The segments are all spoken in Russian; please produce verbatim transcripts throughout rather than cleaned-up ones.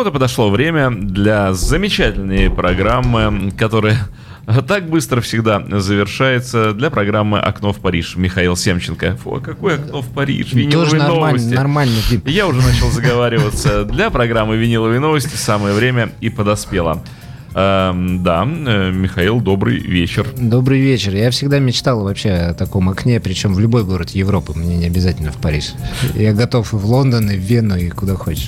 вот и подошло время для замечательной программы, которая так быстро всегда завершается, для программы «Окно в Париж». Михаил Семченко. Фу, какое окно в Париж? Виниловые новости. Нормально. Я уже начал заговариваться. Для программы «Виниловые новости» самое время и подоспело. Эм, да, Михаил, добрый вечер. Добрый вечер. Я всегда мечтал вообще о таком окне, причем в любой город Европы, мне не обязательно в Париж. Я готов и в Лондон, и в Вену, и куда хочешь.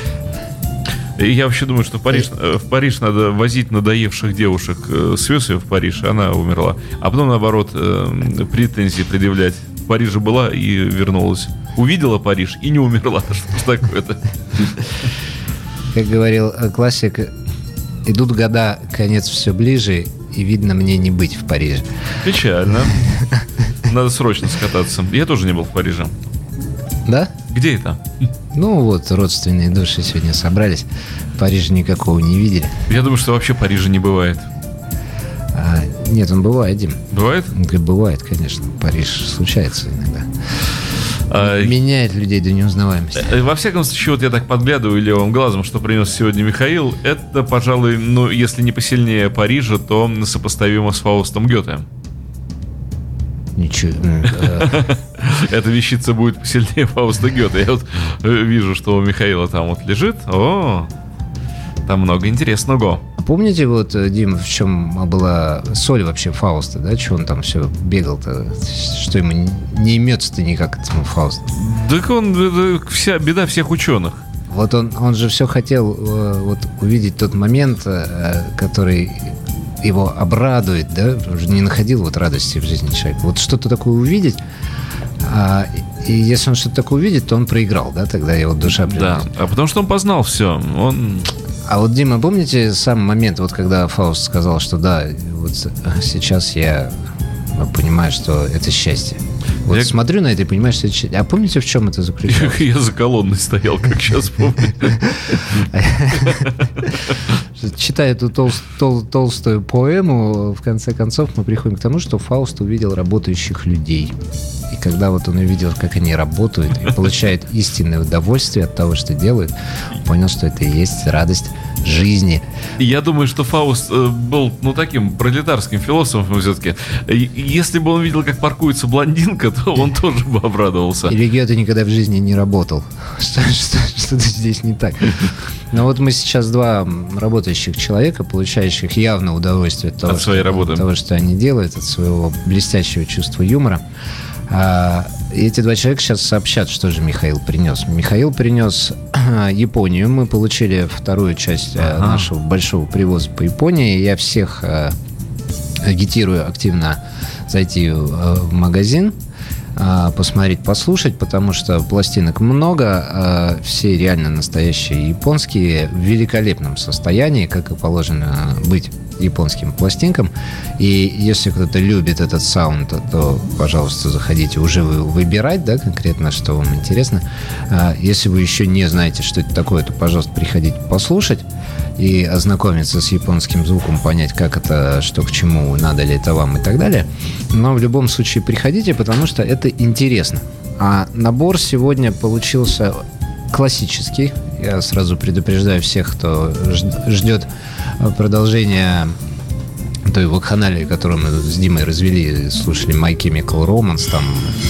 Я вообще думаю, что в Париж, в Париж надо возить надоевших девушек. Свез ее в Париж, она умерла. А потом, наоборот, претензии предъявлять. В Париже была и вернулась. Увидела Париж и не умерла. Что такое-то? Как говорил классик, идут года, конец все ближе, и видно мне не быть в Париже. Печально. Надо срочно скататься. Я тоже не был в Париже. Да? Где это? Ну вот, родственные души сегодня собрались. Парижа никакого не видели. Я думаю, что вообще Парижа не бывает. А, нет, он бывает, Дим. Бывает? Бывает, конечно. Париж случается иногда. А... Меняет людей до неузнаваемости. Во всяком случае, вот я так подглядываю левым глазом, что принес сегодня Михаил. Это, пожалуй, ну, если не посильнее Парижа, то сопоставимо с Фаустом Гёте. Ничего. Эта вещица будет посильнее Фауста Гёте. Я вот вижу, что у Михаила там вот лежит. О, там много интересного. Помните, вот, Дим, в чем была соль вообще Фауста, да? Чего он там все бегал-то? Что ему не имется-то никак этому Фаусту? Так он, вся беда всех ученых. Вот он, он же все хотел вот, увидеть тот момент, который его обрадует, да? Уже не находил вот радости в жизни человека. Вот что-то такое увидеть, а, и если он что-то такое увидит, то он проиграл, да? Тогда его душа придет. Да, а потому что он познал все. Он... А вот, Дима, помните сам момент, вот когда Фауст сказал, что да, вот сейчас я понимаю, что это счастье. Вот я смотрю на это и понимаю, что это счастье. А помните, в чем это заключалось? Я за колонной стоял, как сейчас помню. Читая эту тол- тол- толстую поэму, в конце концов мы приходим к тому, что Фауст увидел работающих людей. И когда вот он увидел, как они работают и получают истинное удовольствие от того, что делают, понял, что это и есть радость жизни. Я думаю, что Фауст был, ну, таким пролетарским философом все-таки. Если бы он видел, как паркуется блондинка, то он тоже бы обрадовался. Или Гёте никогда в жизни не работал. Что, что, что-то здесь не так. Но вот мы сейчас два работающих человека, получающих явно удовольствие от того, от своей что, работы. От того, что они делают, от своего блестящего чувства юмора. А, и эти два человека сейчас сообщат, что же Михаил принес. Михаил принес Японию. Мы получили вторую часть ага. нашего большого привоза по Японии. Я всех а, агитирую активно зайти в магазин, посмотреть, послушать, потому что пластинок много, все реально настоящие японские, в великолепном состоянии, как и положено быть японским пластинкам. И если кто-то любит этот саунд, то, пожалуйста, заходите уже выбирать, да, конкретно, что вам интересно. Если вы еще не знаете, что это такое, то, пожалуйста, приходите послушать и ознакомиться с японским звуком, понять, как это, что к чему, надо ли это вам и так далее. Но в любом случае приходите, потому что это интересно. А набор сегодня получился классический. Я сразу предупреждаю всех, кто ждет продолжения той вакханалии, которую мы с Димой развели, слушали My Chemical Romance там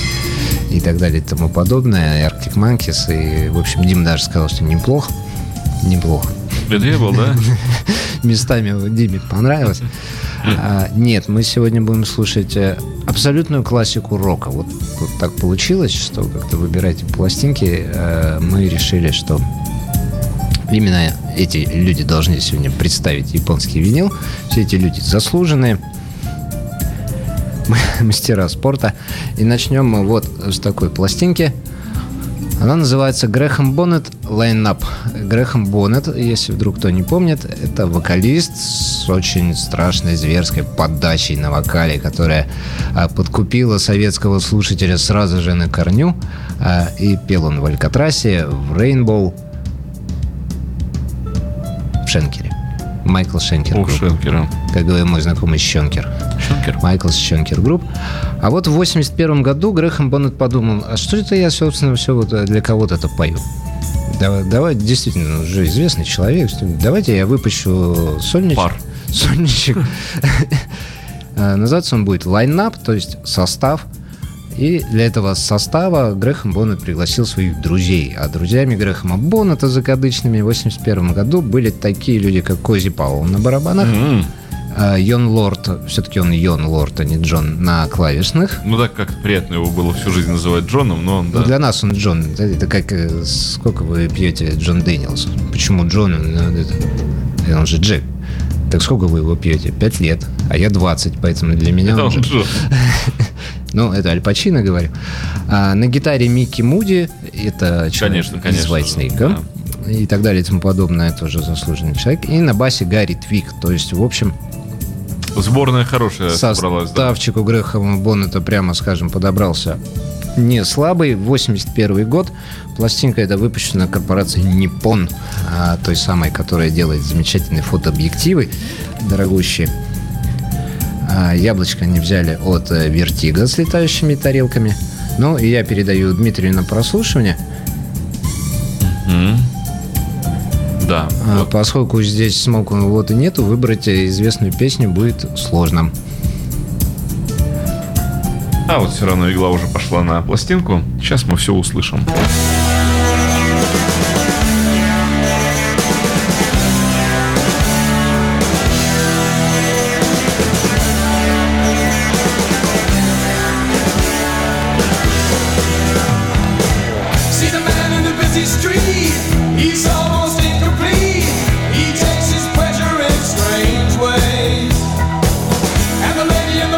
и так далее и тому подобное, и Arctic Monkeys, и, в общем, Дима даже сказал, что неплохо. Неплохо. Это я был, да? Местами Диме понравилось. А, нет, мы сегодня будем слушать абсолютную классику рока. Вот, вот так получилось, что как-то выбирайте пластинки. А, мы решили, что именно эти люди должны сегодня представить японский винил. Все эти люди заслуженные мастера спорта. И начнем мы вот с такой пластинки. Она называется Грэхэм Боннет Line-Up. Грэхэм Боннет, если вдруг кто не помнит, это вокалист с очень страшной зверской подачей на вокале, которая а, подкупила советского слушателя сразу же на корню. А, и пел он в Алькатрасе, в Rainbow, в Шенкере. Майкл Шенкер. О, Шенкера. Как говорит мой знакомый Шенкер. Шенкер. Майкл Шенкер Групп. А вот в восемьдесят первом году Грэхэм Боннет подумал, а что это я, собственно, все вот для кого-то это пою? Давай, давай, действительно, уже известный человек. Давайте я выпущу сольничек. Пар. Сольничек. Называться он будет «Лайнап», то есть состав. И для этого состава Грэхэм Боннет пригласил своих друзей. А друзьями Грэхэма Боннета закадычными в восемьдесят первом году были такие люди, как Кози Пауэлл на барабанах, Mm-hmm. Йон Лорд, все-таки он Йон Лорд, а не Джон, на клавишных. Ну так как приятно его было всю жизнь называть Джоном, но он, да. Ну, для нас он Джон. Это как, сколько вы пьете Джон Дэниелс? Почему Джон? Он же Джек. Так сколько вы его пьете? Пять лет. А я двадцать, поэтому для меня это он он Джон. Ну, это Аль Пачино, говорю. А на гитаре Микки Муди, это человек конечно, конечно, из Whitesnake, да. И так далее и тому подобное, тоже заслуженный человек. И на басе Гарри Твик. То есть, в общем, сборная хорошая собралась. Составчик да. у Грэхэма Боннета, прямо скажем, подобрался не слабый. восемьдесят первый год. Пластинка эта выпущена корпорацией Nippon, а, той самой, которая делает замечательные фотообъективы дорогущие. А, яблочко они взяли от Vertigo с летающими тарелками. Ну, и я передаю Дмитрию на прослушивание. Mm-hmm. Да. А, вот. Поскольку здесь смоку вот и нету, выбрать известную песню будет сложно. А вот все равно игла уже пошла на пластинку. Сейчас мы все услышим.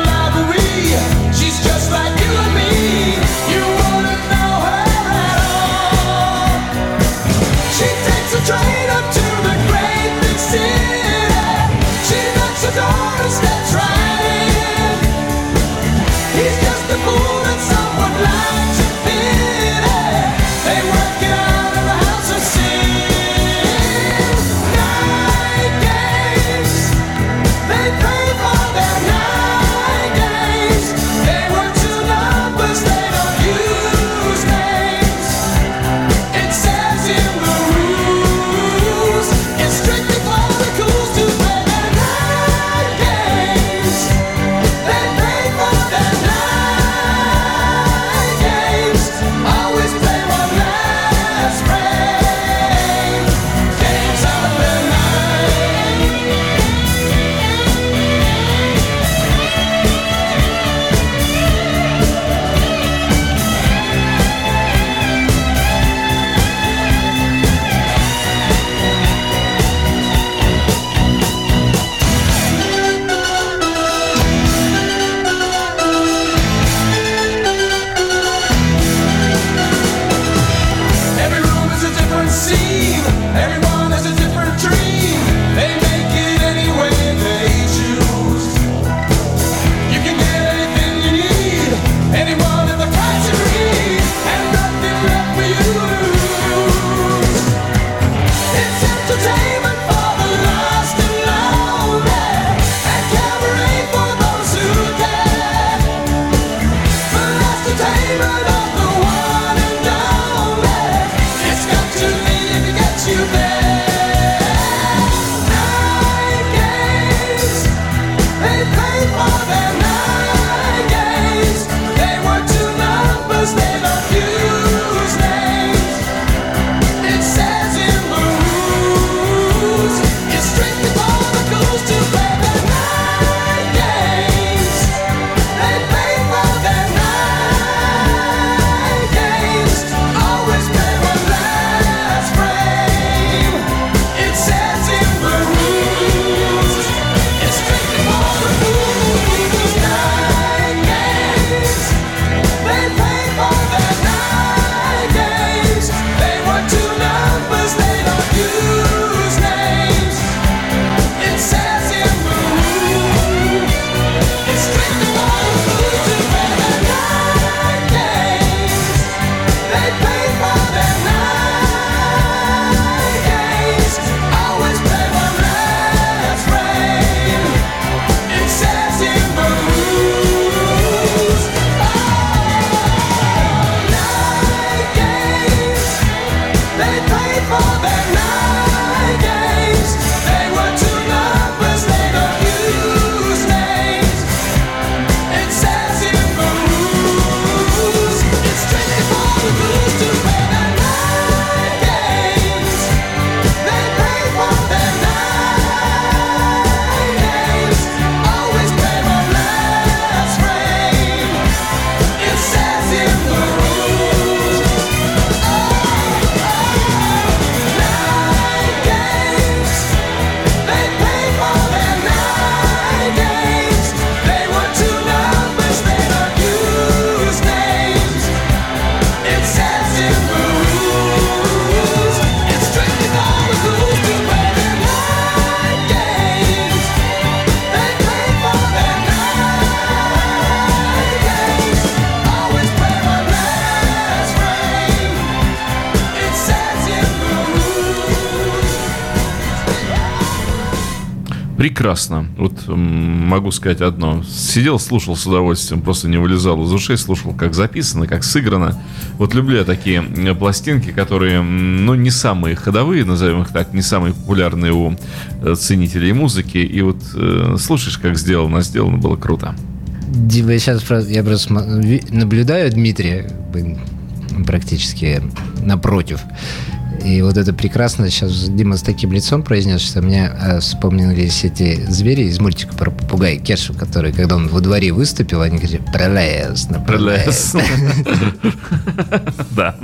She's just like you and me. You wouldn't know her at all. Прекрасно. Вот могу сказать одно. Сидел, слушал с удовольствием, просто не вылезал из ушей, слушал, как записано, как сыграно. Вот люблю я такие пластинки, которые, ну, не самые ходовые, назовем их так, не самые популярные у ценителей музыки. И вот э, слушаешь, как сделано, сделано было круто. Дима, я сейчас я просто наблюдаю Дмитрия практически напротив. И вот это прекрасно. Сейчас Дима с таким лицом произнес, что мне э, вспомнились эти звери из мультика про попугая Кешу, который, когда он во дворе выступил, они говорили «Прелестно, прелестно». Да.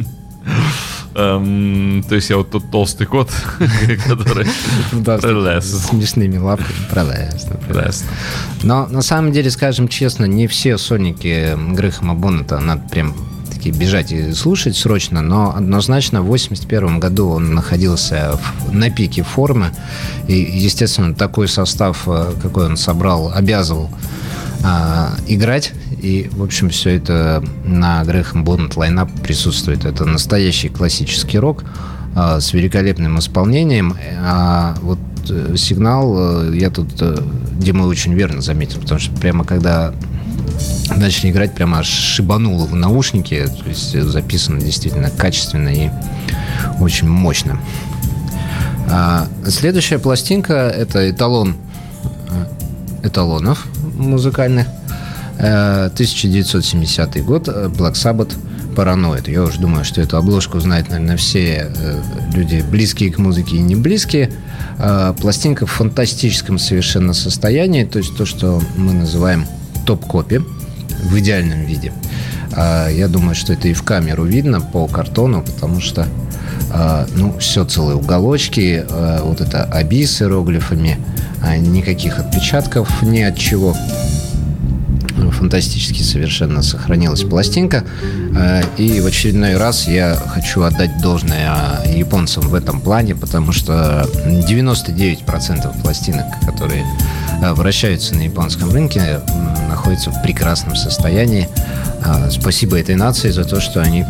То есть я вот тот толстый кот, который прелестно. С смешными лапками. Прелестно, прелестно. Но на самом деле, скажем честно, не все соники Грэхэма Боннета надо прям бежать и слушать срочно, но однозначно в восемьдесят первом году он находился в, на пике формы, и, естественно, такой состав, какой он собрал, обязывал а, играть, и, в общем, все это на Грэхэм Боннет лайнап присутствует. Это настоящий классический рок а, с великолепным исполнением, а вот сигнал я тут Дима очень верно заметил, потому что прямо когда начали играть, прямо аж шибануло в наушники. То есть записано действительно качественно и очень мощно. А следующая пластинка — это эталон эталонов музыкальных. тысяча девятьсот семидесятый год, Black Sabbath, Paranoid. Я уже думаю, что эту обложку знают, наверное, все люди, близкие к музыке и не близкие. Пластинка в фантастическом совершенно состоянии, то есть то, что мы называем топ-копи в идеальном виде. Я думаю, что это и в камеру видно по картону, потому что ну, все целые уголочки, вот это оби с иероглифами, никаких отпечатков ни от чего. Фантастически совершенно сохранилась пластинка. И в очередной раз я хочу отдать должное японцам в этом плане, потому что девяносто девять процентов пластинок, которые вращаются на японском рынке, находятся в прекрасном состоянии. Спасибо этой нации за то, что они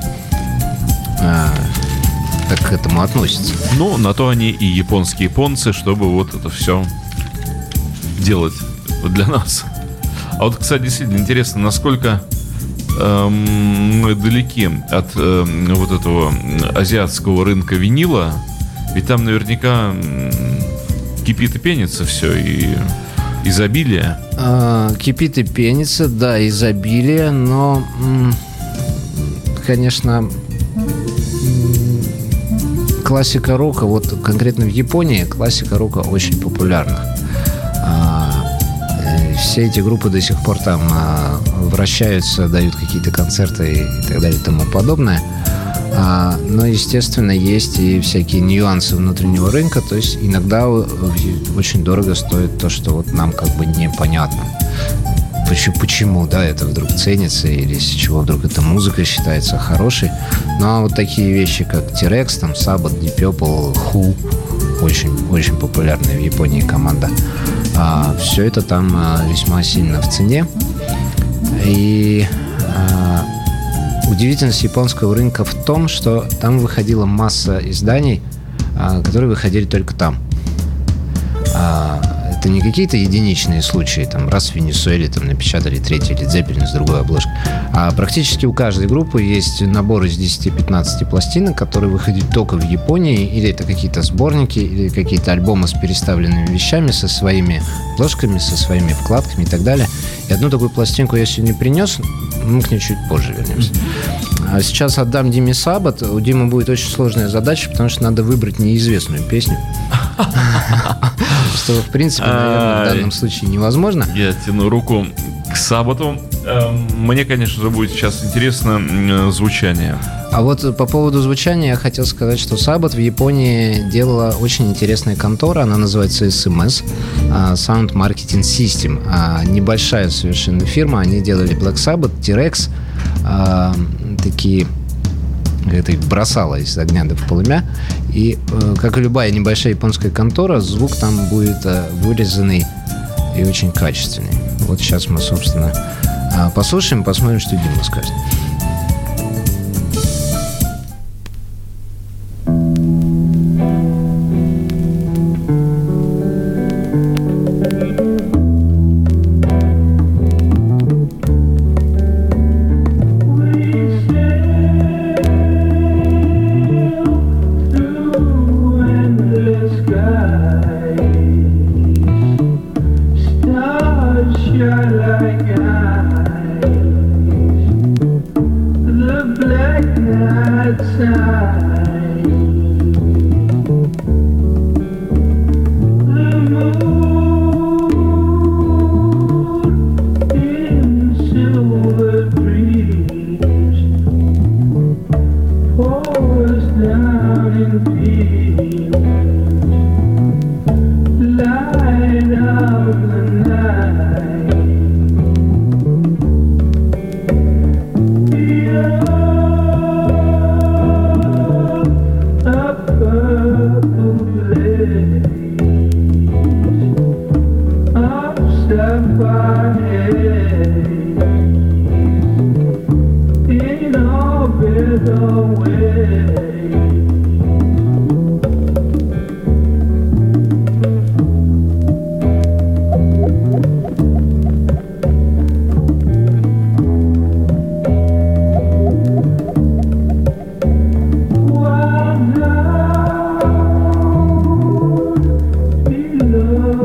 так к этому относятся. Ну, на то они и японские японцы, чтобы вот это все делать для нас. А вот, кстати, действительно интересно, насколько эм, мы далеки от эм, вот этого азиатского рынка винила. Ведь там наверняка м, кипит и пенится все, и изобилие. А, кипит и пенится, да, изобилие, но, м, конечно, м, классика рока, вот конкретно в Японии классика рока очень популярна. Все эти группы до сих пор там а, вращаются, дают какие-то концерты и так далее и тому подобное. А, но, естественно, есть и всякие нюансы внутреннего рынка. То есть иногда очень дорого стоит то, что вот нам как бы непонятно. Почему, почему, да, это вдруг ценится, или с чего вдруг эта музыка считается хорошей. Ну, а вот такие вещи, как T-Rex, там, Sabbath, Deep Purple, Who, очень, очень популярная в Японии команда. А, все это там а, весьма сильно в цене. И а, удивительность японского рынка в том, что там выходила масса изданий, а, которые выходили только там. А, это не какие-то единичные случаи, там, раз в Венесуэле там напечатали третий Led Zeppelin с другой обложкой. А практически у каждой группы есть набор из десяти-пятнадцати пластинок, которые выходят только в Японии, или это какие-то сборники, или какие-то альбомы с переставленными вещами, со своими обложками, со своими вкладками и так далее. И одну такую пластинку я сегодня принес, мы к ней чуть позже вернемся. А сейчас отдам Диме Sabbath. У Димы будет очень сложная задача, потому что надо выбрать неизвестную песню. Что, в принципе, наверное, в данном случае невозможно. Я тяну руку к Саббату. Мне, конечно же, будет сейчас интересно звучание. А вот по поводу звучания я хотел сказать, что Sabbath в Японии делала очень интересная контора. Она называется эс эм эс, Sound Marketing System. Небольшая совершенно фирма. Они делали Black Sabbath, T-Rex, такие... это их бросало из огня до в полымя. И, как и любая небольшая японская контора, звук там будет вырезанный и очень качественный. Вот сейчас мы, собственно, послушаем, посмотрим, что Дима скажет.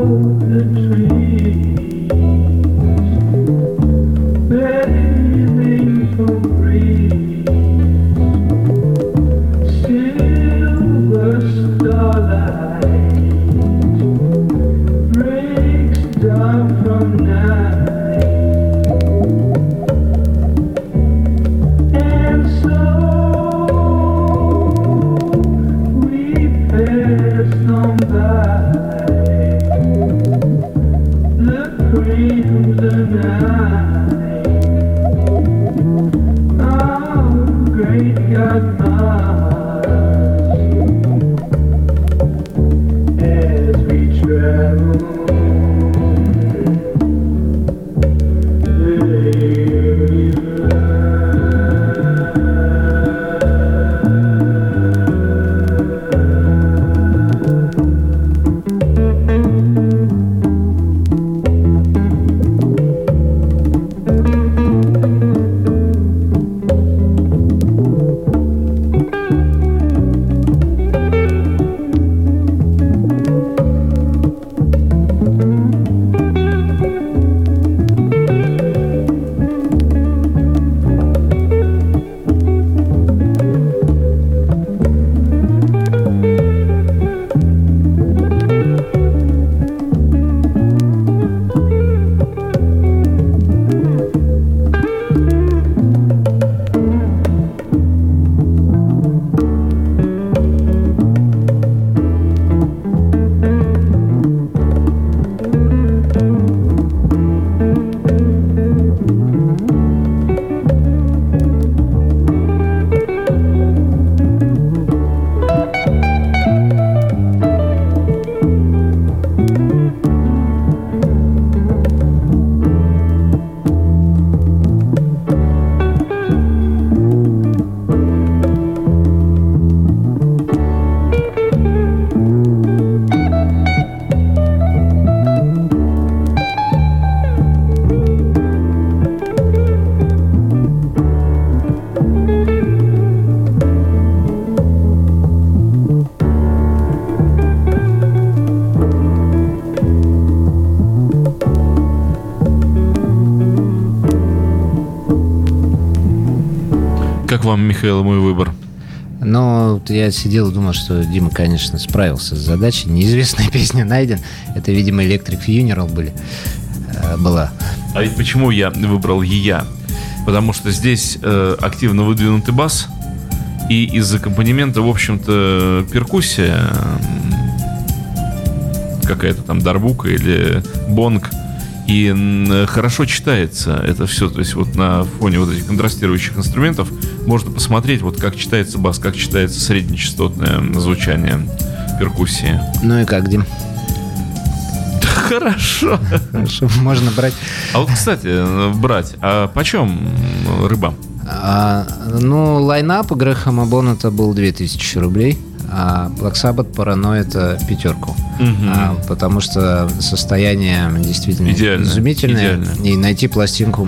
Как вам, Михаил, мой выбор? Ну, я сидел и думал, что Дима, конечно, справился с задачей. Неизвестная песня найден. Это, видимо, Electric Funeral были, э, была. А ведь почему я выбрал ее? Потому что здесь э, активно выдвинутый бас, и из аккомпанемента, в общем-то, перкуссия, какая-то там дарбука или бонг, и м, хорошо читается это все. То есть вот на фоне вот этих контрастирующих инструментов можно посмотреть, вот как читается бас, как читается среднечастотное звучание перкуссии. Ну и как, Дим? Хорошо. Хорошо, можно брать. А вот, кстати, брать, а почем рыба? А, ну, лайнап Грэхэма Боннета был две тысячи рублей, а Black Sabbath Paranoid это пятерку. Угу. А, потому что состояние действительно идеально, изумительное. Идеально. И найти пластинку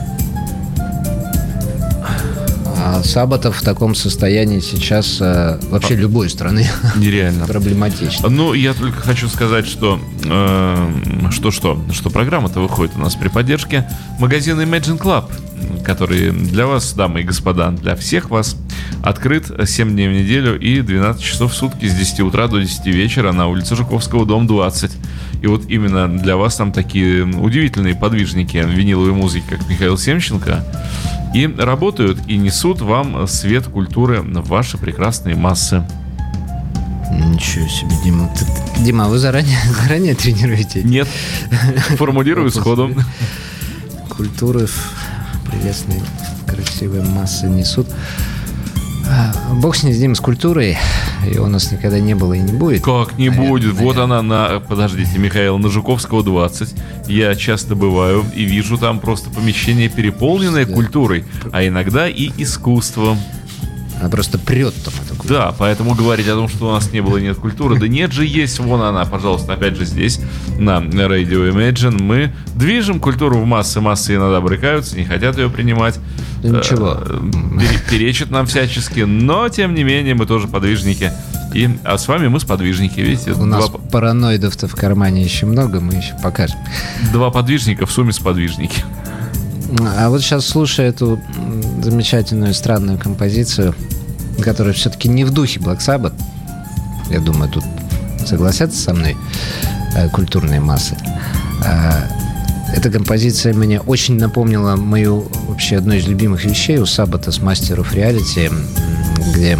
Саббата в таком состоянии сейчас э, вообще любой страны нереально проблематично. Ну, я только хочу сказать, что э, что, что, что программа-то выходит у нас при поддержке магазина Imagine Club, который для вас, дамы и господа, для всех вас открыт семь дней в неделю и двенадцать часов в сутки с десяти утра до десяти вечера на улице Жуковского, дом двадцать. И вот именно для вас там такие удивительные подвижники виниловой музыки, как Михаил Семченко, и работают, и несут вам свет культуры в ваши прекрасные массы. Ничего себе, Дима. Ты, Дима, вы заранее, заранее тренируете? Нет, формулирую сходу. Культуры прелестные, красивые массы несут. Бог с ней, с Димой, с культурой. И у нас никогда не было и не будет. Как не наверное, будет? Наверное. Вот она на... Подождите, Михаил, на Жуковского двадцать. Я часто бываю и вижу там просто помещение, переполненное да. культурой, а иногда и искусством. Она просто прет там. Да, поэтому говорить о том, что у нас не было и нет культуры, да нет же, есть, вон она, пожалуйста, опять же здесь, на Radio Imagine. Мы движем культуру в массы, массы иногда брыкаются, не хотят ее принимать. Да ничего. Перечат нам всячески, но, тем не менее, мы тоже подвижники И, а с вами мы сподвижники, видите? У нас два... параноидов-то в кармане еще много, мы еще покажем. Два подвижника в сумме сподвижники. А вот сейчас, слушая эту замечательную странную композицию, которая все-таки не в духе Black Sabbath, я думаю, тут согласятся со мной э, культурные массы. Э, эта композиция мне очень напомнила мою вообще одну из любимых вещей у Sabbath с Master of Reality, где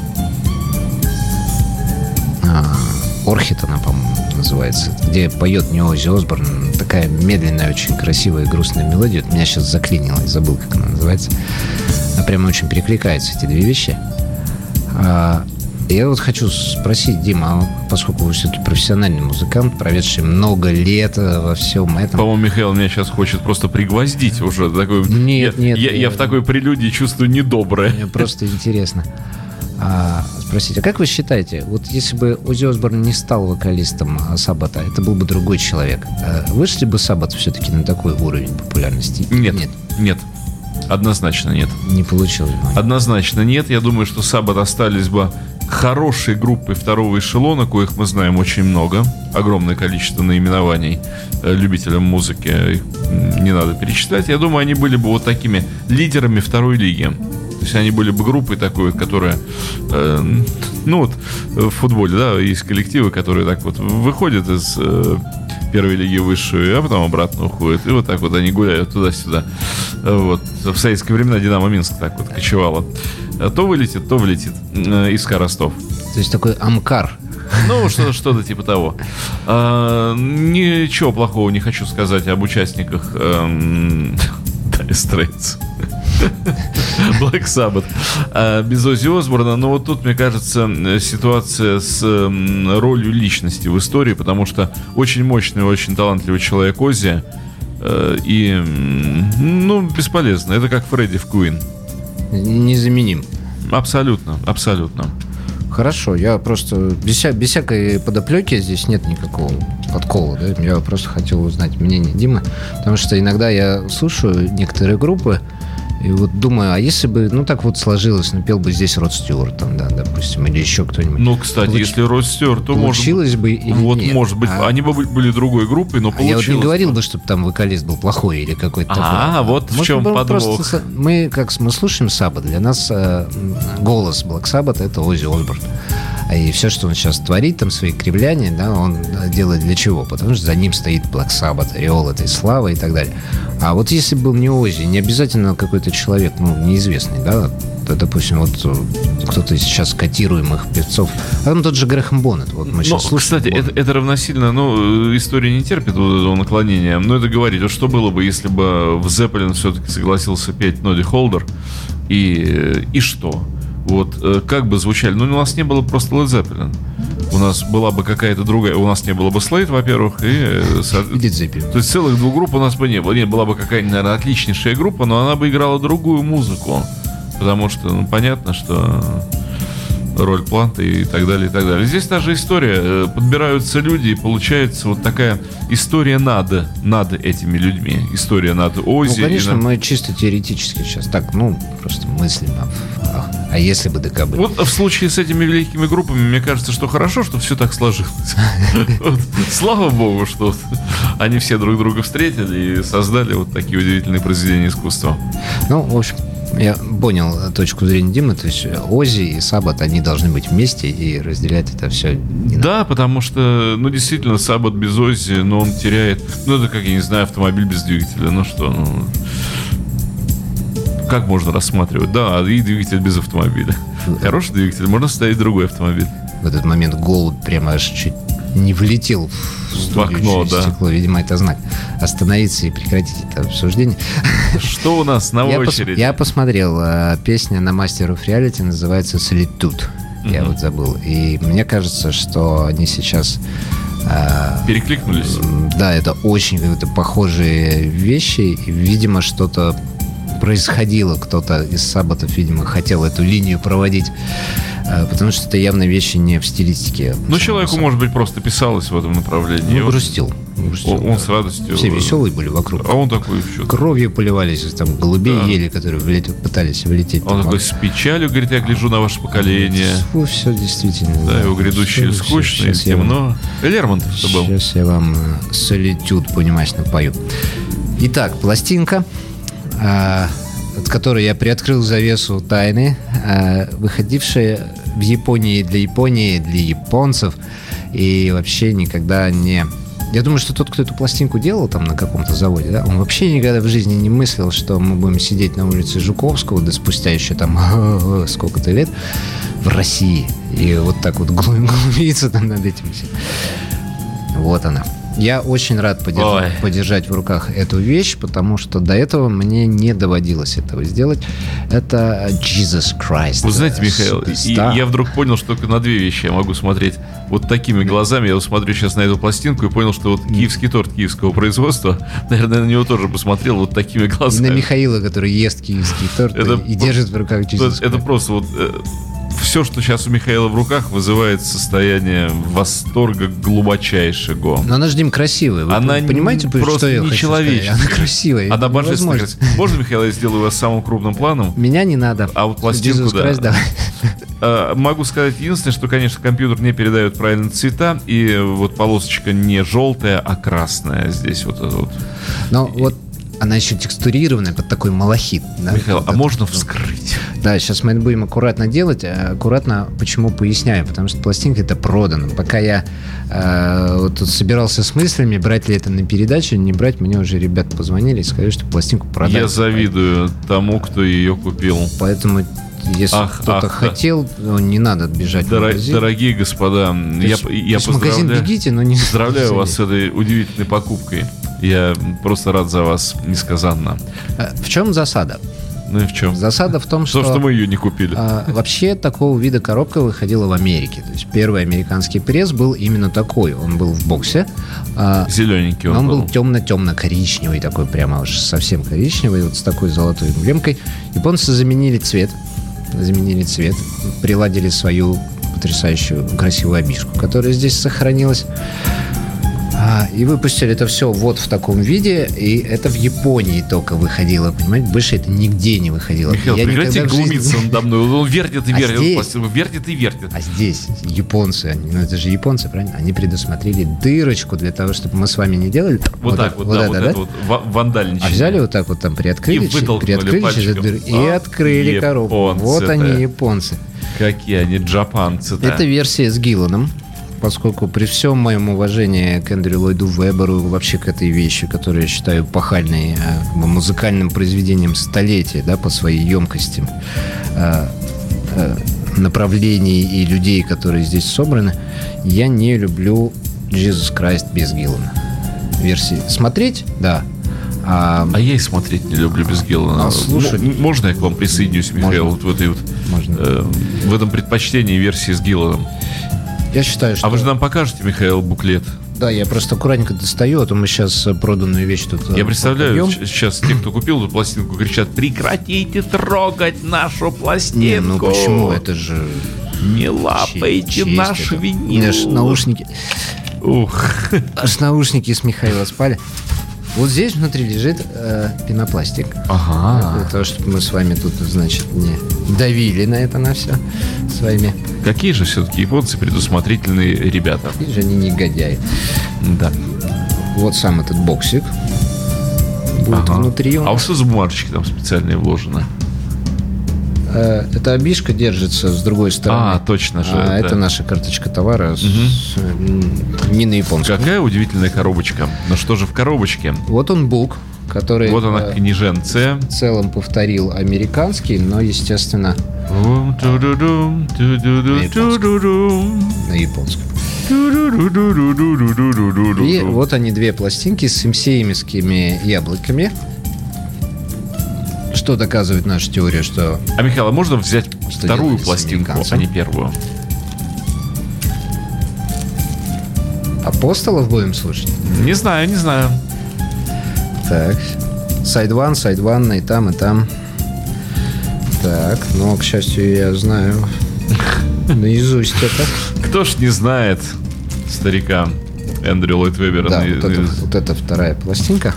Орхид она, по-моему, называется, где поет не Оззи Осборн, такая медленная, очень красивая и грустная мелодия. Вот меня сейчас заклинило, я забыл, как она называется. Она прямо очень перекликается, эти две вещи. А, я вот хочу спросить, Дима, поскольку вы все-таки профессиональный музыкант, проведший много лет во всем этом... По-моему, Михаил меня сейчас хочет просто пригвоздить уже. Такой... Нет, я, нет. Я, я, я в такой прелюдии чувствую недоброе. Мне просто интересно. А, спросите, а как вы считаете, вот если бы Оззи Осборн не стал вокалистом Саббата, это был бы другой человек, вышли бы Саббат все-таки на такой уровень популярности? Нет, нет, нет. Однозначно нет. Не получилось бы. Однозначно нет. Я думаю, что Саббат остались бы хорошей группой второго эшелона, коих мы знаем очень много. Огромное количество наименований любителям музыки. Их не надо перечислять. Я думаю, они были бы вот такими лидерами второй лиги. То есть они были бы группой такой, которая, э, ну вот в футболе, да, есть коллективы, которые так вот выходят из э, первой лиги в высшую, а потом обратно уходят. И вот так вот они гуляют туда-сюда. Вот. В советские времена Динамо Минск так вот кочевало. То вылетит, то влетит. э, ИСКА Ростов. То есть такой Амкар. Ну, что- что-то типа того. А, ничего плохого не хочу сказать об участниках эм, Dire Straits. Black Sabbath. А, без Оззи Осборна. Но вот тут, мне кажется, ситуация с м, ролью личности в истории, потому что очень мощный, очень талантливый человек Оззи. э, И, м, ну, бесполезно. Это как Фредди в Queen. Незаменим. Абсолютно, абсолютно. Хорошо, я просто без, вся- без всякой подоплеки здесь нет никакого подкола, да? Я просто хотел узнать мнение Димы, потому что иногда я слушаю некоторые группы и вот думаю, а если бы, ну так вот сложилось, ну пел бы здесь Род Стюарт, там, да, допустим, или еще кто-нибудь. Ну, кстати, Получ- если Род Стюарт, то может Получилось бы или Вот, нет? может быть, А- они бы были другой группой, но А получилось. я вот не говорил бы, чтобы там вокалист был плохой или какой-то А, такой. вот в Может, чем был подвох. просто с- Мы, как с- мы слушаем Саббат, для нас э, м, голос Black Sabbath — это Оззи Осборн. И все, что он сейчас творит, там свои кривляния, да, он делает для чего? Потому что за ним стоит Black Sabbath, ореол этой славы и так далее. А вот если был не Оззи, не обязательно какой-то человек, ну, неизвестный, да, то, допустим, вот э, кто-то из сейчас котируемых певцов, а там тот же Грэхэм Боннет, вот мы Ну, сейчас слушаем. кстати, Боннет. это, это равносильно, ну, история не терпит вот этого наклонения, но это говорит, вот что было бы, если бы в Зеппелин все-таки согласился петь Ноди Холдер, и, и что? Вот, э, как бы звучали, ну, у нас не было просто Led Zeppelin. У нас была бы какая-то другая, у нас не было бы Слейд, во-первых, и... э, со- И Led Zeppelin. То есть целых двух групп у нас бы не было. Нет, была бы какая-нибудь, наверное, отличнейшая группа, но она бы играла другую музыку. Потому что, ну, понятно, что роль Планта и так далее, и так далее. Здесь та же история. Э, Подбираются люди, и получается вот такая история над, над этими людьми. История над Оззи. Ну, конечно, и над- мы чисто теоретически сейчас так, ну, просто мыслим. А, а если бы ДК были? Вот в случае с этими великими группами, мне кажется, что хорошо, что все так сложилось. Вот. Слава богу, что вот они все друг друга встретили и создали вот такие удивительные произведения искусства. Ну, в общем, я понял точку зрения Димы. То есть Оззи и Саббат, они должны быть вместе и разделять это все. Да, потому что, ну, действительно, Саббат без Оззи, но он теряет... Ну, это как, я не знаю, автомобиль без двигателя. Ну что, ну... Как можно рассматривать? Да, и двигатель без автомобиля. Хороший двигатель, можно ставить другой автомобиль. В этот момент голубь прямо аж чуть не влетел в, студию окно, через да. стекло. Видимо, это знак. Остановиться и прекратить это обсуждение. Что у нас на Я, пос- очереди? я посмотрел, э, песня на Master of Reality называется «Solitude». Я Мгм. вот забыл. И мне кажется, что они сейчас... э, Перекликнулись? м, да, это очень какие-то похожие вещи. И, видимо, что-то происходило. Кто-то из Саббатов, видимо, хотел эту линию проводить. э, Потому что это явно вещи не в стилистике. Ну, человеку, может быть, просто писалось в этом направлении. Ну, Вот. грустил. Он, он с радостью. Все веселые были вокруг. А он такой что-то... Кровью поливались, там голубей Да. ели, которые влет... пытались влететь. Он такой с печалью говорит: я гляжу на ваше поколение. Фу, все действительно. Да, его грядущее Всё, скучно и щас я вам- темно. Лермонтов-то был. Сейчас я вам э, солитюд, понимаешь, напою. Итак, пластинка, э, от которой я приоткрыл завесу тайны, э, выходившая в Японии для Японии, для японцев, и вообще никогда не... Я думаю, что тот, кто эту пластинку делал там на каком-то заводе, да, он вообще никогда в жизни не мыслил, что мы будем сидеть на улице Жуковского, да спустя еще там сколько-то лет в России, и вот так вот глу- глумиться там над этим всем. Вот она. Я очень рад подержать, подержать в руках эту вещь, потому что до этого мне не доводилось этого сделать. Это Jesus Christ. Вы знаете, Михаил, и я вдруг понял, что только на две вещи я могу смотреть вот такими глазами. Я вот смотрю сейчас на эту пластинку и понял, что вот киевский торт киевского производства, наверное, на него тоже посмотрел вот такими глазами. И на Михаила, который ест киевский торт это, и держит в руках Jesus Christ. Это просто вот... Все, что сейчас у Михаила в руках, вызывает состояние восторга глубочайшего. Но она же, Дим, красивая. Вы она понимаете, просто что я не хочу человеческая. Она красивая. Она божественно красивая. Можно, Михаил, я сделаю вас самым крупным планом? Меня не надо. А вот пластинку, Jesus Christ, да. да. Могу сказать единственное, что, конечно, компьютер не передает правильные цвета, и вот полосочка не желтая, а красная здесь вот это вот. Но вот она еще текстурированная, под такой малахит. Да? Михаил, вот а это, можно вот. вскрыть? Да, сейчас мы это будем аккуратно делать. Аккуратно, почему поясняю? Потому что пластинка это продана. Пока я э, вот тут собирался с мыслями, брать ли это на передачу, не брать, мне уже ребята позвонили и сказали, что пластинку продали. Я завидую тому, кто ее купил. Поэтому... Если ах, кто-то ах, хотел, то не надо бежать Дор- в магазин. Дорогие господа, то я, есть, я то есть в магазин бегите, но не... поздравляю вас с этой удивительной покупкой. Я просто рад за вас несказанно. В чем засада? Ну и в чем? Засада в том, что... То, что мы ее не купили. А, вообще такого вида коробка выходила в Америке. То есть первый американский пресс был именно такой. Он был в боксе. А, Зелененький он, он был. был темно-темно-коричневый, такой прямо уж совсем коричневый, вот с такой золотой эмблемкой. Японцы заменили цвет. Заменили цвет. Приладили свою потрясающую красивую обижку, которая здесь сохранилась. И выпустили это все вот в таком виде, и это в Японии только выходило, понимаете? Больше это нигде не выходило. Михаил, Я прекратите жизни... глумиться надо мной. Он вертит и а вертит, здесь... вертит и вертит. А здесь японцы, они, ну это же японцы, правильно? Они предусмотрели дырочку для того, чтобы мы с вами не делали. Вот, вот так вот, вот, да, это, вот, да? это вот вандальничание. А взяли вот так вот там, приоткрыли, приоткрыли через дыр, и а, открыли коробку. Вот они, японцы. Какие они джапанцы-то. Это версия с Гилланом. Поскольку при всем моем уважении к Эндрю Ллойду Веберу, вообще к этой вещи, которую я считаю пахальной, э, музыкальным произведением столетия, да, по своей емкости э, э, направлений и людей, которые здесь собраны, я не люблю Jesus Christ без Гиллана. Версии смотреть, да. А, а я и смотреть не люблю без Гиллана. А слушать... М- можно я к вам присоединюсь, Михаил, можно. вот в этой вот можно. Э, в этом предпочтении версии с Гилланом? Я считаю, что... А вы же нам покажете, Михаил, буклет? Да, я просто аккуратненько достаю, а то мы сейчас проданную вещь тут... Я представляю, попьем. Сейчас те, кто купил эту пластинку, кричат: прекратите трогать нашу пластинку. Не, ну почему? Это же... Не лапайте наш винил. У меня аж наушники... Ух. Аж наушники с Михаила спали. Вот здесь внутри лежит э, пенопластик. Ага. Для того, чтобы мы с вами тут, значит, не давили на это, на все своими. Какие же все-таки японцы предусмотрительные ребята. Какие же они негодяи. Да. Вот сам этот боксик. Будет ага. внутри. А вот что за бумажечки там специальные вложены? Э, эта обижка держится с другой стороны. А, точно же. А да. это наша карточка товара, угу. с, не на японском. Какая удивительная коробочка. Ну что же в коробочке? Вот он бук, который... Вот она, книженция. В целом повторил американский, но, естественно... На японском. И вот они, две пластинки с симсеемскими яблоками. Что доказывает наша теория, что... А, Михаил, а можно взять вторую пластинку, а не первую? Апостолов будем слушать? Не знаю, не знаю. Так. Сайд один, сайд один, и там, и там. Так, но, к счастью, я знаю наизусть это. Кто ж не знает, старика? Эндрю Ллойд Веббера. Да, из... вот, это, вот это вторая пластинка.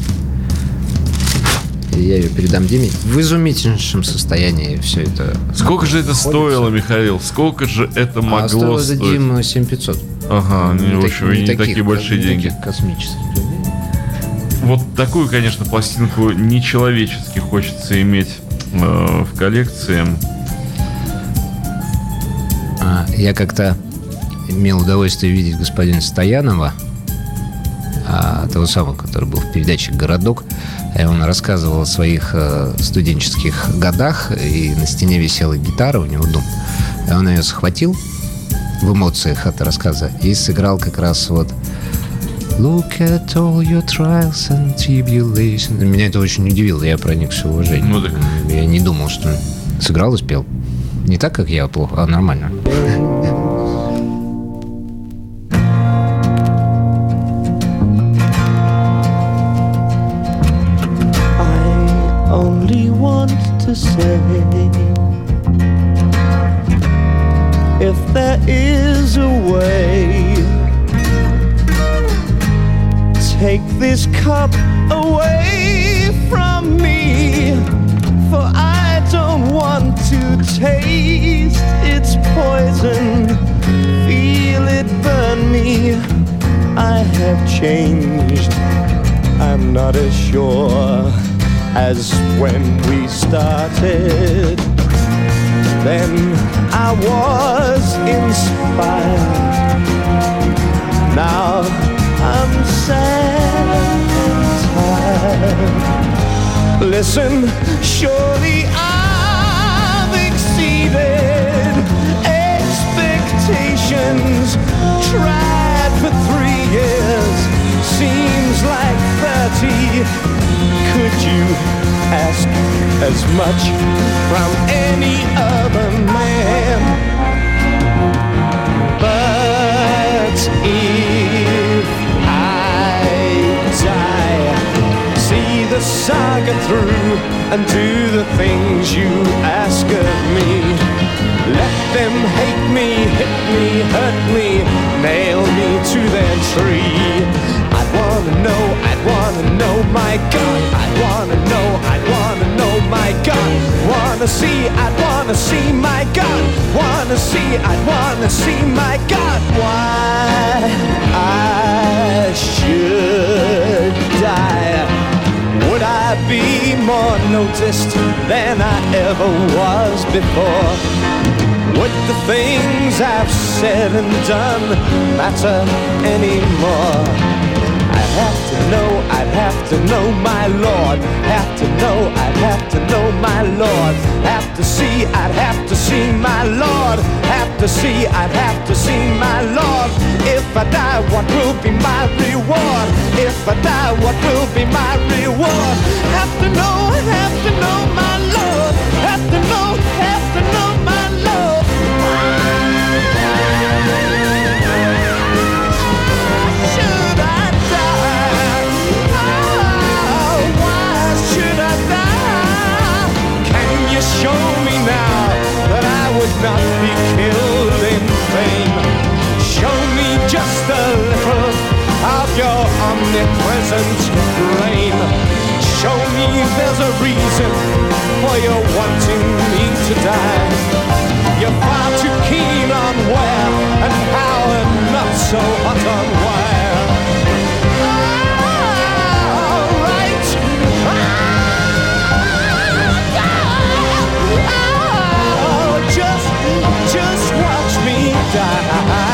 И я ее передам Диме. В изумительнейшем состоянии все это. Сколько же это находится? Стоило, Михаил? Сколько же это могло а стоило стоить? за Диму семь тысяч пятьсот. Ага, не, в общем, не, не такие, такие большие не деньги. Таких космических. Вот такую, конечно, пластинку нечеловечески хочется иметь э, в коллекции. А, я как-то имел удовольствие видеть господина Стоянова, а, того самого, который был в передаче «Городок». И он рассказывал о своих э, студенческих годах, и на стене висела гитара у него дома. И он ее схватил в эмоциях от рассказа и сыграл как раз вот «Look at all your trials and tribulations». Меня это очень удивило, я проникся уважением. Ну, так... Я не думал, что он сыграл и спел. Не так, как я, плохо, а нормально. To say, if there is a way, take this cup away from me, for I don't want to taste its poison, feel it burn me. I have changed, I'm not as sure as when we started. Then I was inspired. Now I'm sad and tired. Listen, surely I've exceeded expectations. Tried for three years, seems like thirty. Could you ask as much from any other man? But if I die, see the saga through and do the things you ask of me. Let them hate me, hit me, hurt me, nail me to their tree. I'd wanna know, I'd wanna know, my God. I'd wanna know, I'd wanna know, my God. Wanna see, I'd wanna see, my God. Wanna see, I'd wanna see, my God. Why I should die? Would I be more noticed than I ever was before? Would the things I've said and done matter anymore? I'd have to know, I'd have to know, my Lord. Have to know, I'd have to know, my Lord. Have to see, I'd have to see, my Lord. Have to see, I'd have to see, my Lord. If I die, what will be my reward? If I die, what will be my reward? Have to know, have to know, my Lord. Have to know, have to know, my Lord. Should I die? Oh, why should I die? Can you show me now that I would not be killed in vain? Show me just a little of your omnipresent reign. Show me there's a reason for your wanting me to die. You're far too keen on where and how and not so hot on where. All right. Oh, just, just watch me die.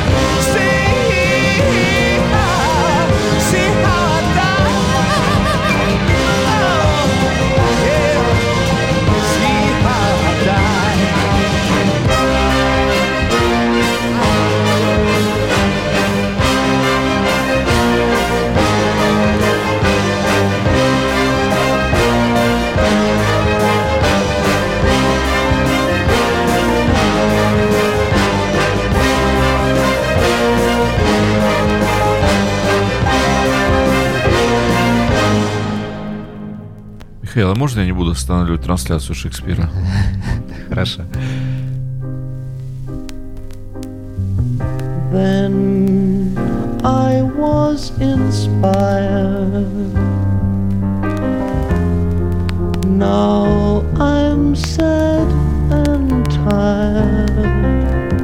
Михаил, а можно я не буду останавливать трансляцию Шекспира? Хорошо. Then I was inspired. Now I'm sad and tired.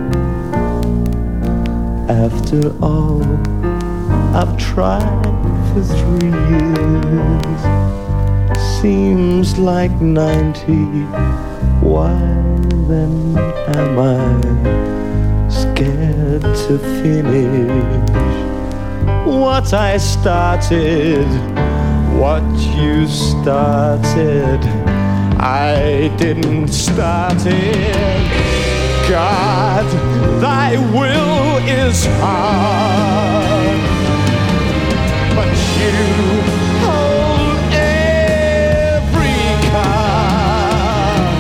After all I've tried for three years, seems like ninety. Why then am I scared to finish what I started? What you started, I didn't start it. God, thy will is hard, but you hold every card.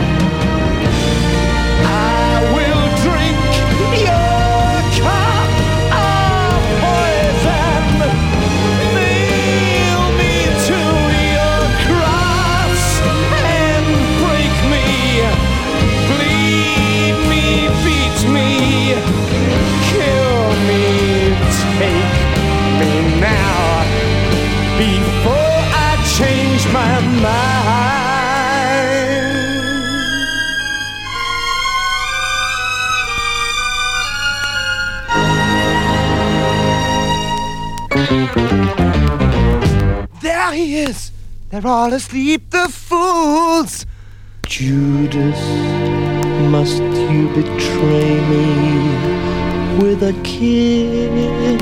I will drink your cup of poison, nail me to your cross and break me, bleed me, beat me, kill me, take me now before I change my mind. There he is. They're all asleep, the fools. Judas, must you betray me with a kiss?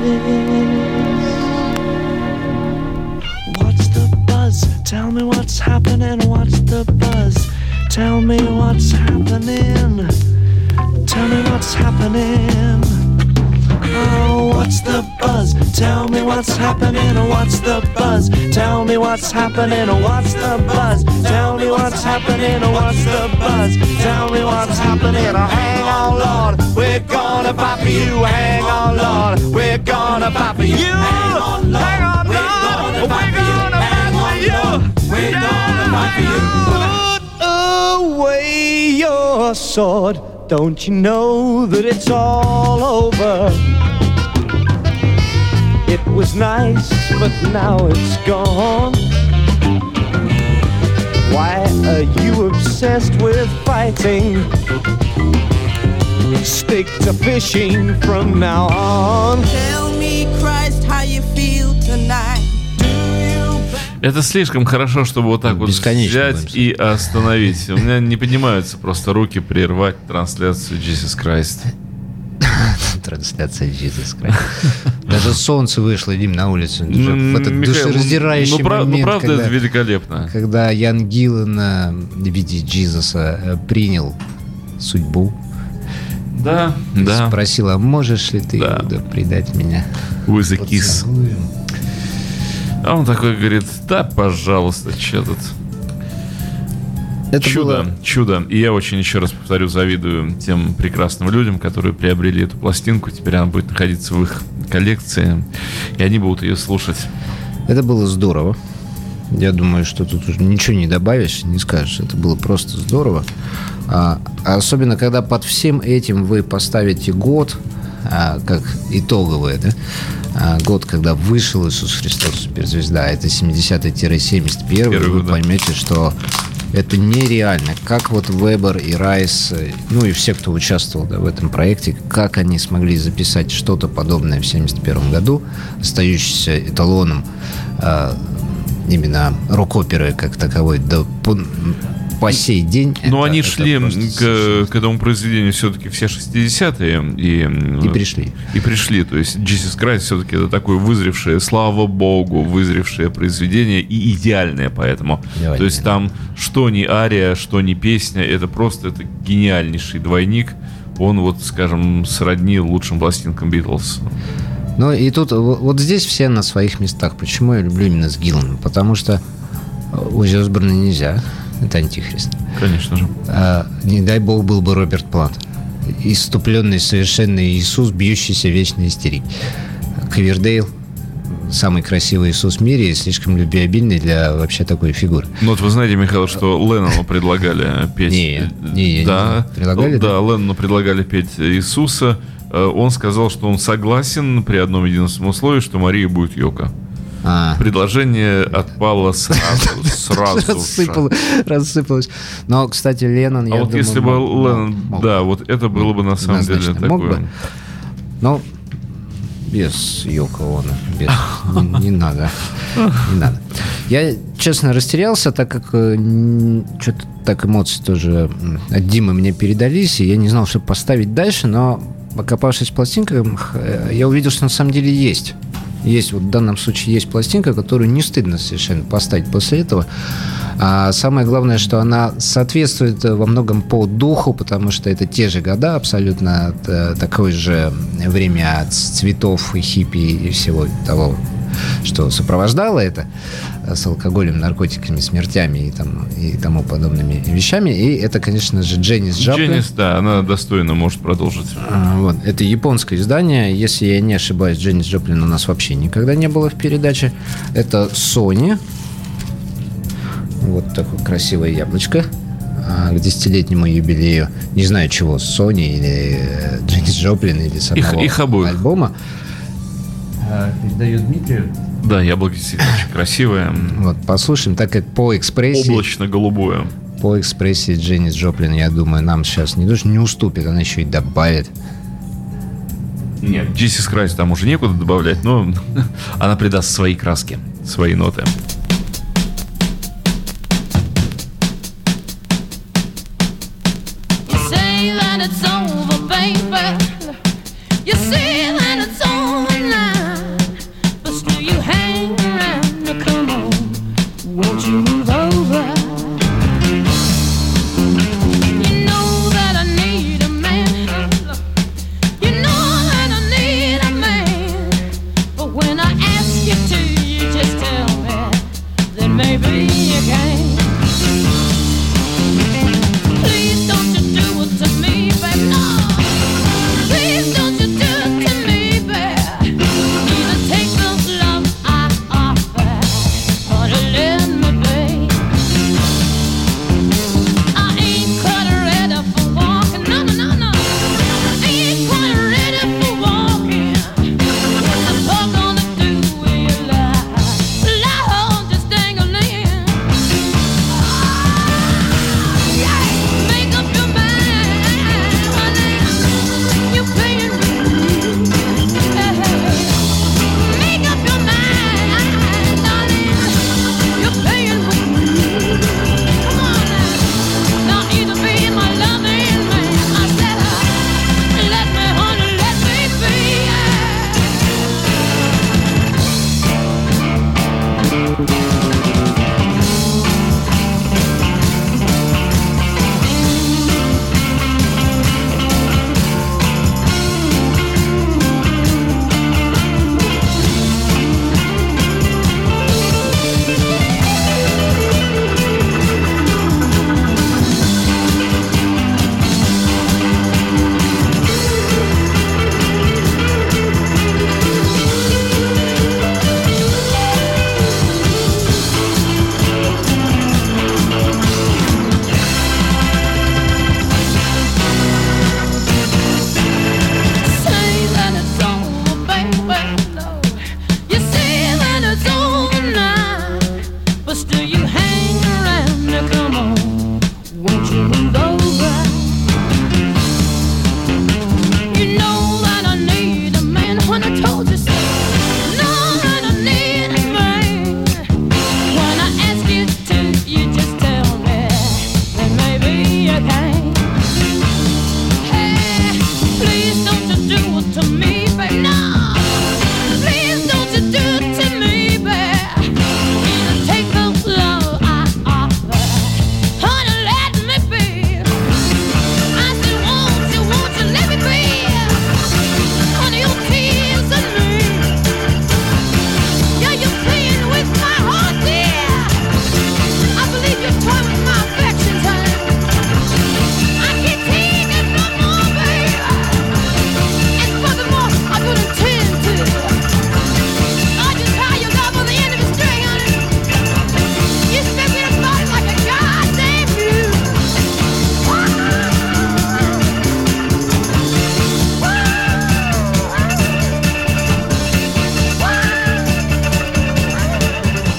What's the buzz? Tell me what's happening. What's the buzz? Tell me what's happening. Tell me what's happening. Oh, what's the buzz? Tell me what's happening. What's the buzz? Tell me what's happening. What's the buzz? Tell me what's happening. What's the buzz? Tell me what's happening. Oh, hang on, Lord, we're gonna fight for you. Hang on, Lord, we're gonna fight for you. Hang on, Lord, hang on, Lord, we're gonna fight for you. We're gonna fight for you. Put away your sword. Don't you know that it's all over? It was nice, but now it's gone. Why are you obsessed with fighting? Stick to fishing from now on. Tell me, Christ, how you feel tonight. Это слишком хорошо, чтобы вот так вот взять и остановить. У меня не поднимаются просто руки прервать трансляцию Jesus Christ. Трансляция Jesus Christ. Даже солнце вышло, Дим, на улицу. В этот душераздирающий ну, момент. Ну, правда, когда, это великолепно. Когда Ян Гиллан в виде Джизуса принял судьбу. Да, да. Спросил, а можешь ли ты, да. Иуда, предать меня? With a kiss. А он такой говорит, да, пожалуйста, что тут. Это чудо, было... чудо. И я очень, еще раз повторю, завидую тем прекрасным людям, которые приобрели эту пластинку. Теперь она будет находиться в их коллекции, и они будут ее слушать. Это было здорово. Я думаю, что тут уже ничего не добавишь, не скажешь. Это было просто здорово. А, особенно, когда под всем этим вы поставите год, а, как итоговое, да? А, год, когда вышел Иисус Христос, суперзвезда, это семидесятый-семьдесят первый, вы год, поймете, да. Что это нереально. Как вот Вебер и Райс, ну и все, кто участвовал, да, в этом проекте, как они смогли записать что-то подобное в семьдесят первом году, остающийся эталоном а, именно рок-оперы как таковой, да, по, по сей день. Но это, они это шли к, к этому произведению все-таки все шестидесятые. И, и пришли. И пришли. То есть Jesus Christ все-таки это такое вызревшее, слава богу, вызревшее произведение и идеальное поэтому. Давай, то есть да. Там что ни ария, что ни песня, это просто это гениальнейший двойник. Он вот, скажем, сродни лучшим пластинкам Битлз. Ну и тут вот здесь все на своих местах. Почему я люблю именно с Гилланом? Потому что Оззи Осборна нельзя. Это антихрист. Конечно же. А, не дай бог был бы Роберт Плант. Исступленный совершенный Иисус, бьющийся вечной истерик. Ковердейл самый красивый Иисус в мире и слишком любвеобильный для вообще такой фигуры. Ну вот вы знаете, Михаил, что Леннону предлагали петь. Не, не, да, не предлагали? Да, Леннону предлагали петь Иисуса. Он сказал, что он согласен при одном единственном условии, что Мария будет Йоко. А. Предложение отпало сразу, сразу Рассыпало, рассыпалось. Но, кстати, Леннон, а я вот думаю, если бы мог, Леннон, мог. да, вот это было бы на самом Однозначно деле мог такое. бы. Ну, без Йоко Оно, без, не, не надо, не надо. Я, честно, растерялся, так как э, что-то так эмоции тоже м, от Димы мне передались, и я не знал, что поставить дальше, но, покопавшись в пластинках, э, я увидел, что на самом деле есть. Есть, вот в данном случае есть пластинка, которую не стыдно совершенно поставить после этого. А самое главное, что она соответствует во многом по духу, потому что это те же года, абсолютно такое же время цветов и хиппи и всего того, что сопровождало это, с алкоголем, наркотиками, смертями и, там, и тому подобными вещами. И это, конечно же, Дженнис Джоплин. Дженнис, да, она достойно может продолжить. А, вот. Это японское издание. Если я не ошибаюсь, Дженнис Джоплин у нас вообще никогда не было в передаче. Это Sony. Вот такое красивое яблочко. А к десятилетнему юбилею, не знаю чего, Sony или Дженнис Джоплин, или самого их, их обоих. альбома. Передаю Дмитрию. Да, яблоко действительно очень красивое. Вот, послушаем, так как по экспрессии... Облачно-голубое. По экспрессии Дженнис Джоплин, я думаю, нам сейчас не только не уступит, она еще и добавит. Нет, Jesus Christ там уже некуда добавлять, но она придаст свои краски, свои ноты. Please don't you do it to me, babe. Either take the love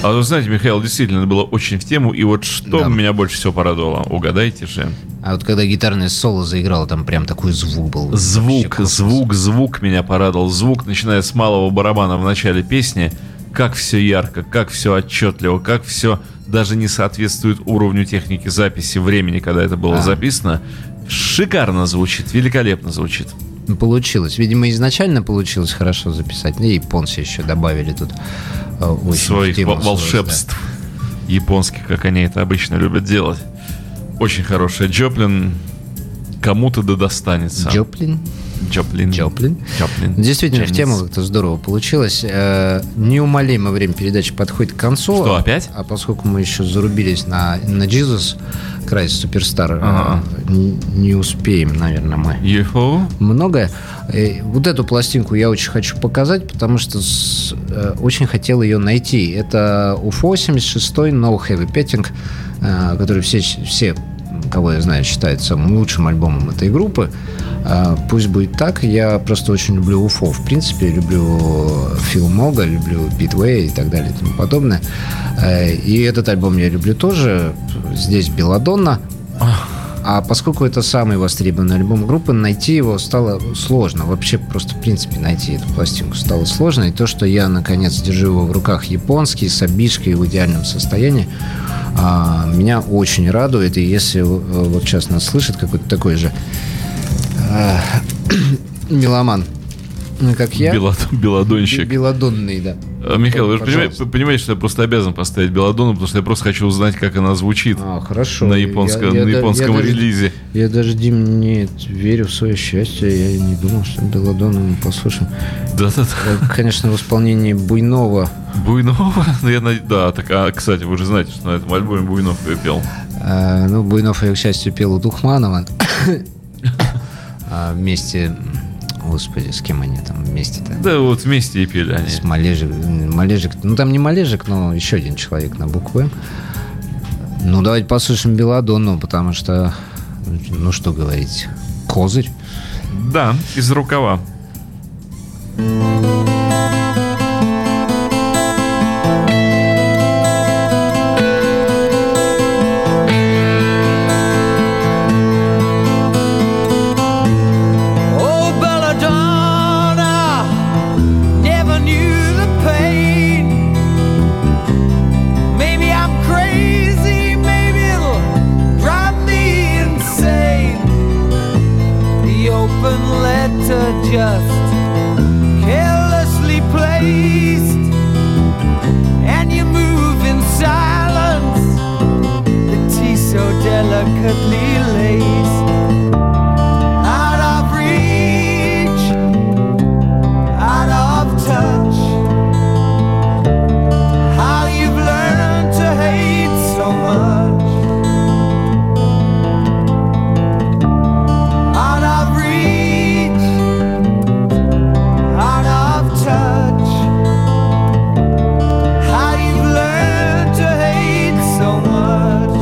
А вы знаете, Михаил, действительно было очень в тему. И вот что Да. меня больше всего порадовало? Угадайте же. А вот когда гитарное соло заиграло, там прям такой звук был. Звук, Вообще космос. звук, звук меня порадовал. Звук, начиная с малого барабана в начале песни. Как все ярко, как все отчетливо, как все даже не соответствует уровню техники записи времени, когда это было А. записано. Шикарно звучит, великолепно звучит. Ну, получилось. Видимо, изначально получилось хорошо записать. И японцы еще добавили тут э, очень Своих в тему во- свою, волшебств японских, как они это обычно любят делать. Очень хорошая. Джоплин кому-то да достанется. да. Джоплин. Джоплин. Джоплин. Джоплин. Действительно, в Дженнис. тему как-то здорово получилось. Э, Неумолимо время передачи подходит к концу. Что, опять? А поскольку мы еще зарубились на, на Jesus Christ Superstar, Ага. э, не, не успеем, наверное, мы. ю эф о? Многое. Э, Вот эту пластинку я очень хочу показать, потому что с- э, очень хотел ее найти. Это ю эф о семьдесят шесть No Heavy Petting, э, который все, все, кого я знаю, считают самым лучшим альбомом этой группы. Э, Пусть будет так. Я просто очень люблю ю эф о. В принципе, люблю Фил Мога, люблю Питвей и так далее и тому подобное. Э, И этот альбом я люблю тоже. Здесь Белладонна. А поскольку это самый востребованный альбом группы, найти его стало сложно. Вообще просто, в принципе, найти эту пластинку стало сложно. И то, что я, наконец, держу его в руках японский, с обишкой в идеальном состоянии, а, меня очень радует. И если э, вот сейчас нас слышит какой-то такой же а, меломан, ну, как я, Белад- Белладонщик. белладонный, да. А, Михаил, вы же Пожалуйста. понимаете, понимаете, что я просто обязан поставить Белладонну, потому что я просто хочу узнать, как она звучит А, хорошо. на японском, Я- я на да- японском я даже- релизе. Я даже, Дим, не верю в свое счастье. Я не думал, что Белладонну мы послушаем. Да-да-да. Э, Конечно, в исполнении Буйнова. Буйнова? Ну, я, на- да, так, а, кстати, вы же знаете, что на этом альбоме Буйнов ее пел. Э, Ну, Буйнов, я, к счастью, пел у Духманова. А Вместе... Господи, с кем они там вместе-то? Да, вот вместе и пели они. С Малежик. Малежик. Ну, там не Малежик, но еще один человек на букву «М». Ну, давайте послушаем Белладонну, потому что... Ну, что говорить? Козырь. Да, из рукава. Oh, Belladonna, never knew the pain. Maybe I'm crazy, maybe it'll drive me insane. The open letter just carelessly placed, and you move in silence, the tea so delicately laced. Out of reach, out of touch. How you've learned to hate so much. Out of reach, out of touch. How you've learned to hate so much.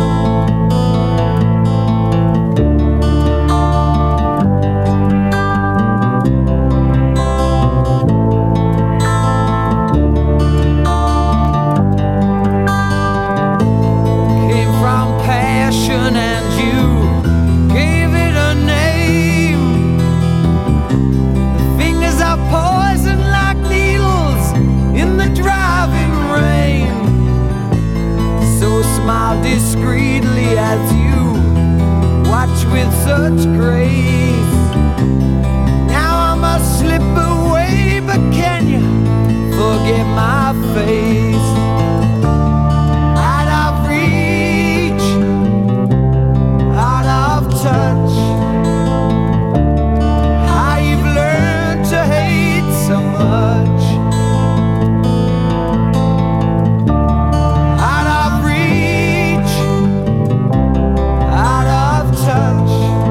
Came from passion and you gave it a name. The fingers are poison like needles in the driving rain. So smile discreetly as you watch with such grace. Now I must slip away, but can you forget my face? Out of reach, out of touch. How you've learned to hate so much. Out of reach, out of touch.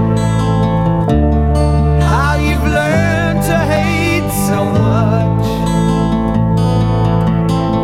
How you've learned to hate so much.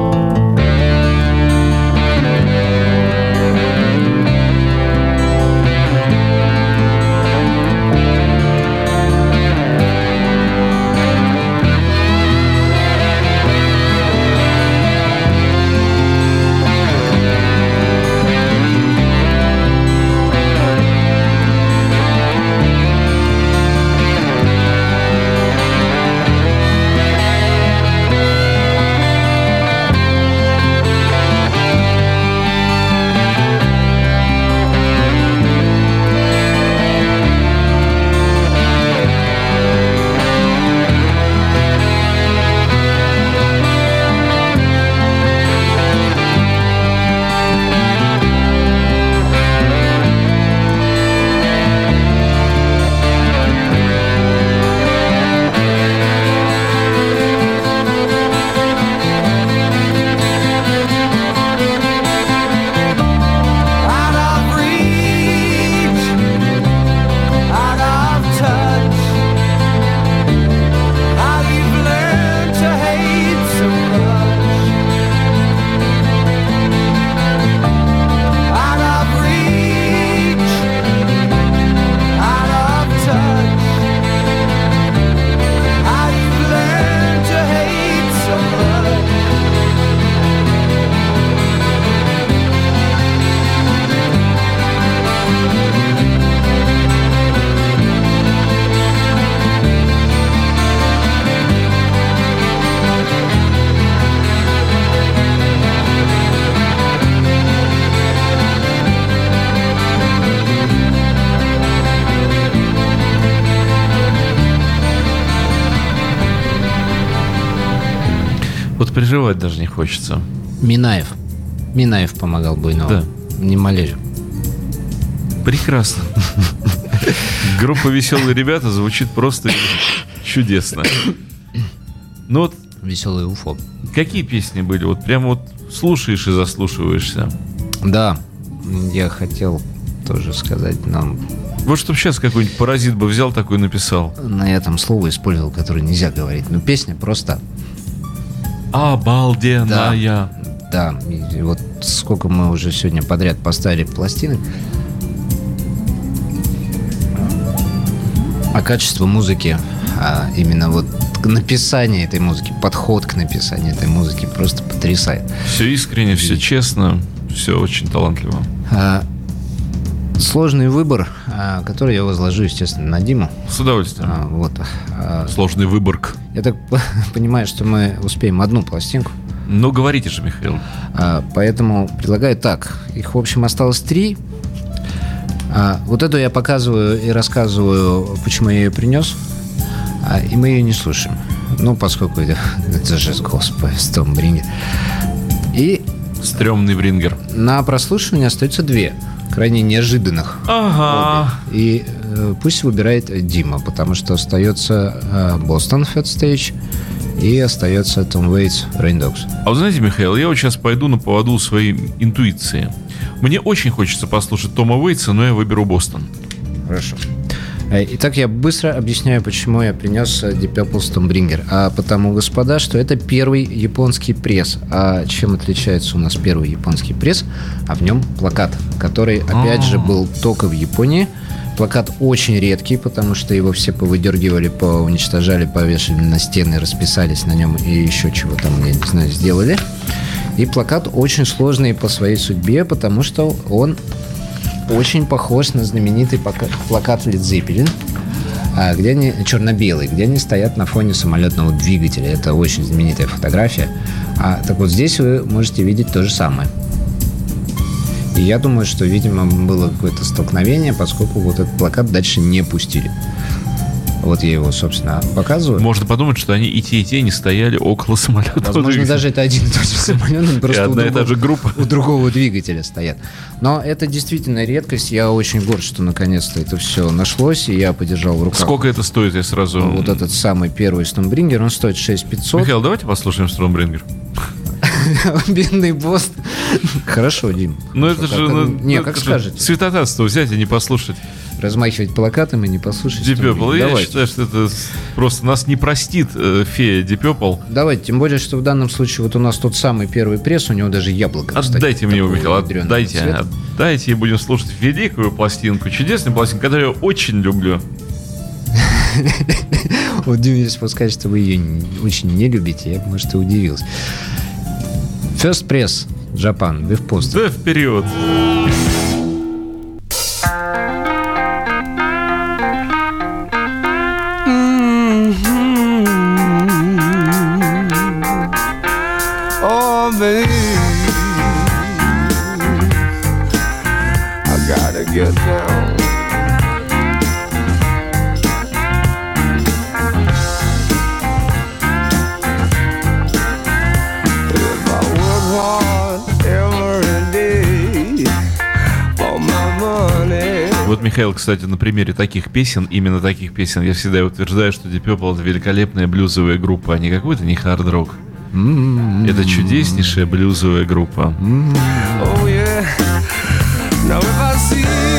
Вот прерывать даже не хочется. Минаев. Минаев помогал Буйнову. Да. Не Малежев. Прекрасно. Группа «Веселые ребята» звучит просто чудесно. Ну вот Веселый Уфо. какие песни были? Вот прямо вот слушаешь и заслушиваешься. Да, я хотел тоже сказать нам... Вот чтоб сейчас какой-нибудь паразит бы взял такой и написал. На этом слово использовал, которое нельзя говорить. Но песня просто... Обалденная. Да, и вот сколько мы уже сегодня подряд поставили пластинок. А качество музыки, а именно вот написание этой музыки, подход к написанию этой музыки просто потрясает. Все искренне, все честно, все очень талантливо. А, сложный выбор, а, который я возложу, естественно, на Диму. С удовольствием. А, вот. А, Сложный выборг. я так понимаю, что мы успеем одну пластинку. Ну, говорите же, Михаил. А, поэтому предлагаю так. Их, в общем, осталось три. А, вот эту я показываю и рассказываю, почему я ее принес. А, и мы ее не слушаем. Ну, поскольку это, это же Господи, Stormbringer. И Стрёмный брингер. на прослушивание остается две. Крайне неожиданных. Ага. И э, пусть выбирает Дима, потому что остается э, Boston Fat Stage и остается Tom Waits Rain Dogs. А вы знаете, Михаил, я вот сейчас пойду на поводу своей интуиции. Мне очень хочется послушать Тома Уэйтса, но я выберу Бостон. Хорошо. Итак, я быстро объясняю, почему я принес Deep Purple Stormbringer. А потому, господа, что это первый японский пресс. А чем отличается у нас первый японский пресс? А в нем плакат, который, опять же, был только в Японии. Плакат очень редкий, потому что его все повыдергивали, поуничтожали, повешали на стены, расписались на нем и еще чего там, я не знаю, сделали. И плакат очень сложный по своей судьбе, потому что он очень похож на знаменитый плакат Led Zeppelin, где они, черно-белый, где они стоят на фоне самолетного двигателя. Это очень знаменитая фотография. А, так вот здесь вы можете видеть то же самое. И я думаю, что, видимо, было какое-то столкновение, поскольку вот этот плакат дальше не пустили. Вот я его, собственно, показываю. Можно подумать, что они и те, и те не стояли около самолета. Возможно, даже это один и тот же самолет, он просто у одна и та другого, же группа. у другого двигателя стоят. Но это действительно редкость. Я очень горд, что наконец-то это все нашлось, и я подержал в руках. Сколько это стоит, я сразу... Вот этот самый первый Stormbringer, он стоит шесть тысяч пятьсот. Михаил, давайте послушаем Stormbringer. Бедный босс. Хорошо, Дим. Ну это же... ну, Не, это как же скажете. Святотатство взять и не послушать. Размахивать плакатом и не послушать. Deep Purple. Stormbringer. Я Давайте. считаю, что это просто нас не простит э, фея Deep Purple. Давайте, тем более, что в данном случае вот у нас тот самый первый пресс, у него даже яблоко. кстати, Отдайте мне его, такого Михаил, ядрёного отдайте. цвета. Отдайте, и будем слушать великую пластинку, чудесную пластинку, которую я очень люблю. Вот Дима, если бы сказать, что вы ее не- очень не любите, я бы, может, и удивился. First Press Japan, Beef Post. Да, вперед. Oh, babe, I gotta get down. If I work hard every day for my money. Вот, Михаил, кстати, на примере таких песен, именно таких песен, я всегда утверждаю, что Deep Purple — это великолепная блюзовая группа, а не какой-то не хард-рок. Это чудеснейшая блюзовая группа. Oh yeah. Now if I see